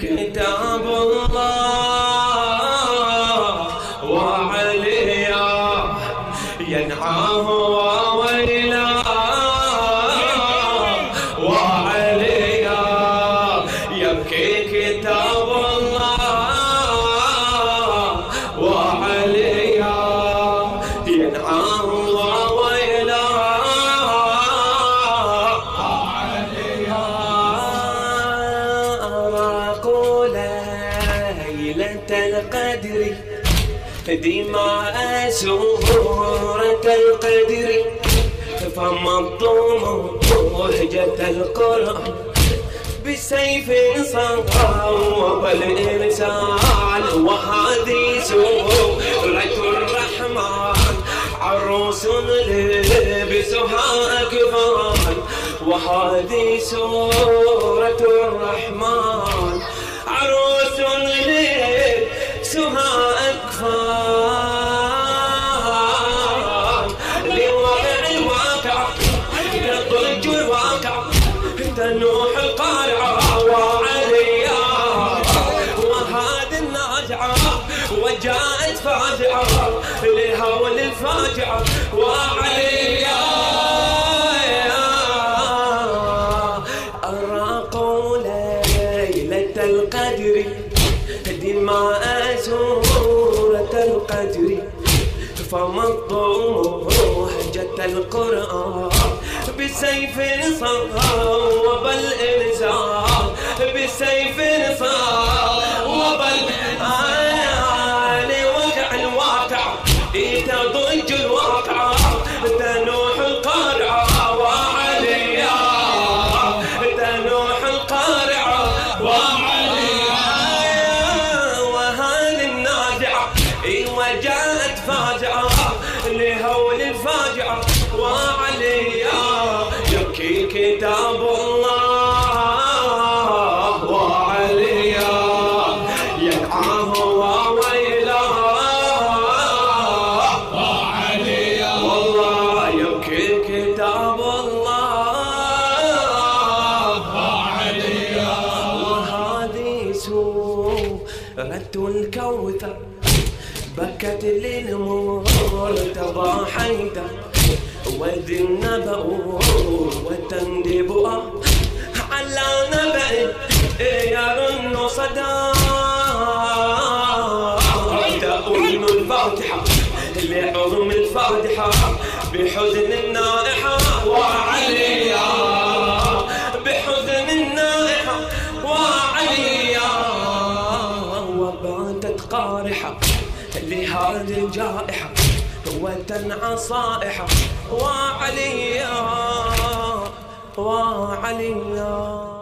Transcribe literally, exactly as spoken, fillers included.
كتاب الله وعليا ينعاه وويلا وعليا يبكي كتاب الله وعليا ينعاه وويلا وعليا أراق ليلة القدر دماء سورة القدر فمضوا مهجة القرآن بسيف صوب الإرسال وهذه سورة الرحمن عروس لبسها أكفان وهذه سورة الرحمن عروس لبسها أكفان لوضع الواقع تضج الواقع تنوح القارعة وعليا وهذه الناجعة وجاءت فاجعة لهول الفاجعة وعليا أراقوا ليلة القدر دماء سورة القدر فمضوا مهجة القرآن بسيف صوب الإنسان بسيف صوب الآن وقع الواقع تضج الواقع تنوح القارعة وعليا تنوح القارعة وعليا وهذه الناجعة وجاءت فاجعة لهول الفاجعة وعليا يبكي كتاب الله وعليا ينعاه وويلا وعليا والله يبكي كتاب الله وعليا وهذه سورة الكوثر بكت للمرتضى حيدر وذي النبأ وتندبؤ على نبأ يرن صدى تؤمن الفاتحة لعظم الفاتحة بحزن النائحة وعليا بحزن النائحة وعليا وباتت قارحة لهذه الجائحة وتنعى صائحة وعليا وعليا